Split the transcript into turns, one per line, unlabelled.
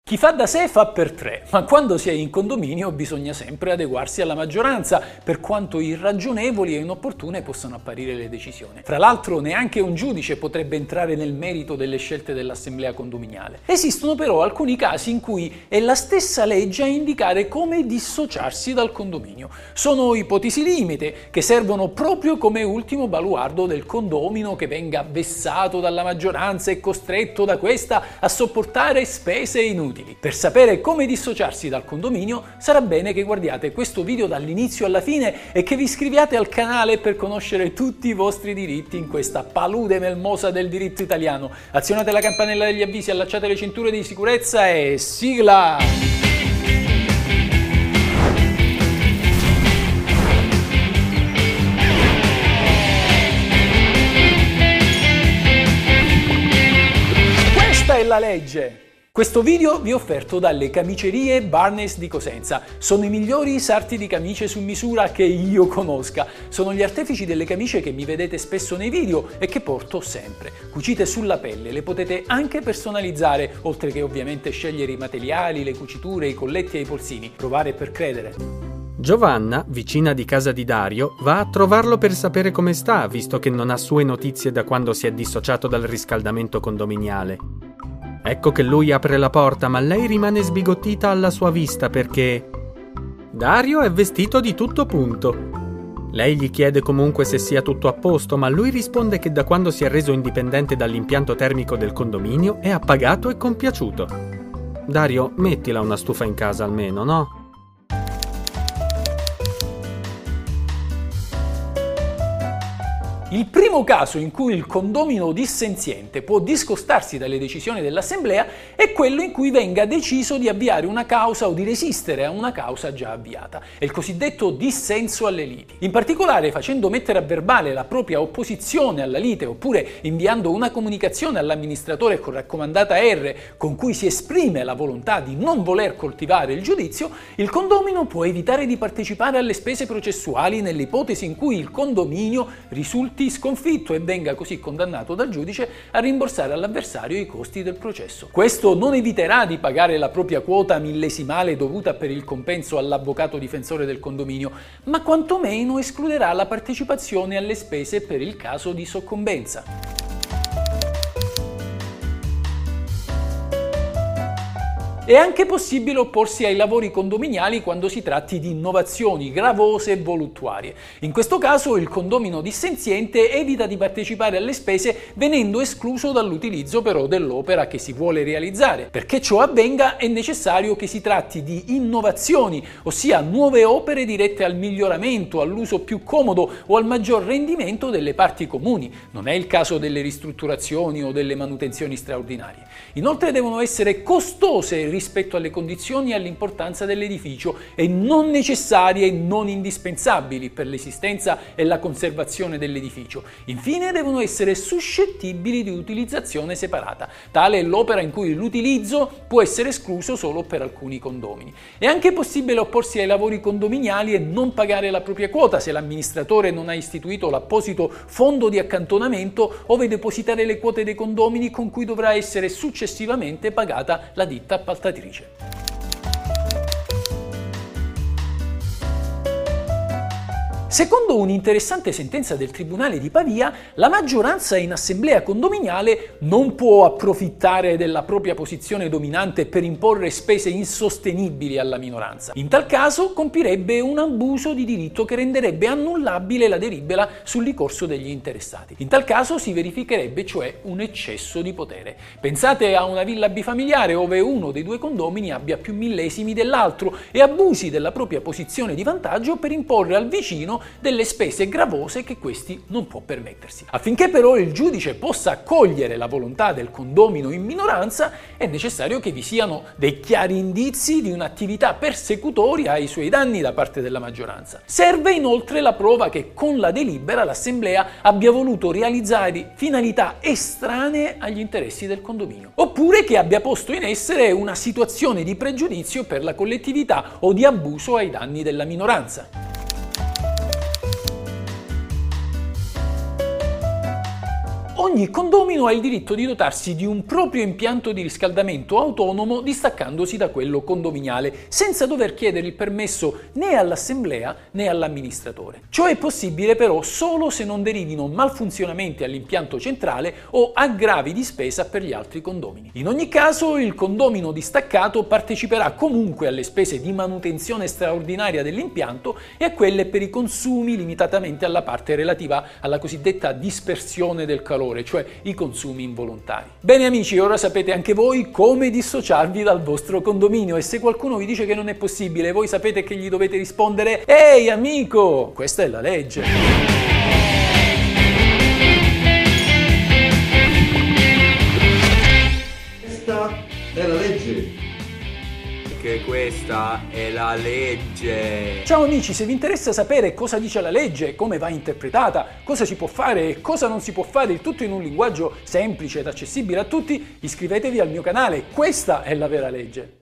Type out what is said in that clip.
Chi fa da sé fa per tre, ma quando si è in condominio bisogna sempre adeguarsi alla maggioranza, per quanto irragionevoli e inopportune possano apparire le decisioni. Fra l'altro neanche un giudice potrebbe entrare nel merito delle scelte dell'assemblea condominiale. Esistono però alcuni casi in cui è la stessa legge a indicare come dissociarsi dal condominio. Sono ipotesi limite che servono proprio come ultimo baluardo del condomino che venga vessato dalla maggioranza e costretto da questa a sopportare spese inutili. Per sapere come dissociarsi dal condominio sarà bene che guardiate questo video dall'inizio alla fine e che vi iscriviate al canale per conoscere tutti i vostri diritti in questa palude melmosa del diritto italiano. Azionate la campanella degli avvisi, allacciate le cinture di sicurezza e sigla! Questa è la legge! Questo video vi è offerto dalle camicerie Barnes di Cosenza. Sono i migliori sarti di camicie su misura che io conosca. Sono gli artefici delle camicie che mi vedete spesso nei video e che porto sempre. Cucite sulla pelle, le potete anche personalizzare, oltre che ovviamente scegliere i materiali, le cuciture, i colletti e i polsini. Provare per credere.
Giovanna, vicina di casa di Dario, va a trovarlo per sapere come sta, visto che non ha sue notizie da quando si è dissociato dal riscaldamento condominiale. Ecco che lui apre la porta, ma lei rimane sbigottita alla sua vista perché Dario è vestito di tutto punto. Lei gli chiede comunque se sia tutto a posto, ma lui risponde che da quando si è reso indipendente dall'impianto termico del condominio è appagato e compiaciuto. Dario, mettila una stufa in casa almeno, no?
Il primo caso in cui il condomino dissenziente può discostarsi dalle decisioni dell'assemblea è quello in cui venga deciso di avviare una causa o di resistere a una causa già avviata. È il cosiddetto dissenso alle liti. In particolare, facendo mettere a verbale la propria opposizione alla lite oppure inviando una comunicazione all'amministratore con raccomandata R con cui si esprime la volontà di non voler coltivare il giudizio, il condomino può evitare di partecipare alle spese processuali nell'ipotesi in cui il condominio risulti sconfitto e venga così condannato dal giudice a rimborsare all'avversario i costi del processo. Questo non eviterà di pagare la propria quota millesimale dovuta per il compenso all'avvocato difensore del condominio, ma quantomeno escluderà la partecipazione alle spese per il caso di soccombenza. È anche possibile opporsi ai lavori condominiali quando si tratti di innovazioni gravose e voluttuarie. In questo caso il condomino dissenziente evita di partecipare alle spese venendo escluso dall'utilizzo però dell'opera che si vuole realizzare. Perché ciò avvenga è necessario che si tratti di innovazioni, ossia nuove opere dirette al miglioramento, all'uso più comodo o al maggior rendimento delle parti comuni. Non è il caso delle ristrutturazioni o delle manutenzioni straordinarie. Inoltre devono essere costose rispetto alle condizioni e all'importanza dell'edificio e non necessarie e non indispensabili per l'esistenza e la conservazione dell'edificio. Infine devono essere suscettibili di utilizzazione separata. Tale è l'opera in cui l'utilizzo può essere escluso solo per alcuni condomini. È anche possibile opporsi ai lavori condominiali e non pagare la propria quota se l'amministratore non ha istituito l'apposito fondo di accantonamento ove depositare le quote dei condomini con cui dovrà essere successivamente pagata la ditta appaltatrice. Secondo un'interessante sentenza del Tribunale di Pavia, la maggioranza in assemblea condominiale non può approfittare della propria posizione dominante per imporre spese insostenibili alla minoranza. In tal caso compirebbe un abuso di diritto che renderebbe annullabile la delibera sul ricorso degli interessati. In tal caso si verificherebbe cioè un eccesso di potere. Pensate a una villa bifamiliare ove uno dei due condomini abbia più millesimi dell'altro e abusi della propria posizione di vantaggio per imporre al vicino delle spese gravose che questi non può permettersi. Affinché però il giudice possa accogliere la volontà del condomino in minoranza è necessario che vi siano dei chiari indizi di un'attività persecutoria ai suoi danni da parte della maggioranza. Serve inoltre la prova che con la delibera l'assemblea abbia voluto realizzare finalità estranee agli interessi del condominio, oppure che abbia posto in essere una situazione di pregiudizio per la collettività o di abuso ai danni della minoranza. Ogni condomino ha il diritto di dotarsi di un proprio impianto di riscaldamento autonomo distaccandosi da quello condominiale, senza dover chiedere il permesso né all'assemblea né all'amministratore. Ciò è possibile però solo se non derivino malfunzionamenti all'impianto centrale o aggravi di spesa per gli altri condomini. In ogni caso, il condomino distaccato parteciperà comunque alle spese di manutenzione straordinaria dell'impianto e a quelle per i consumi limitatamente alla parte relativa alla cosiddetta dispersione del calore, cioè i consumi involontari. Bene amici, ora sapete anche voi come dissociarvi dal vostro condominio e se qualcuno vi dice che non è possibile, voi sapete che gli dovete rispondere: ehi amico, questa è la legge.
Questa è la legge.
Che questa è la legge.
Ciao amici, se vi interessa sapere cosa dice la legge, come va interpretata, cosa si può fare e cosa non si può fare, il tutto in un linguaggio semplice ed accessibile a tutti, iscrivetevi al mio canale, questa è la vera legge.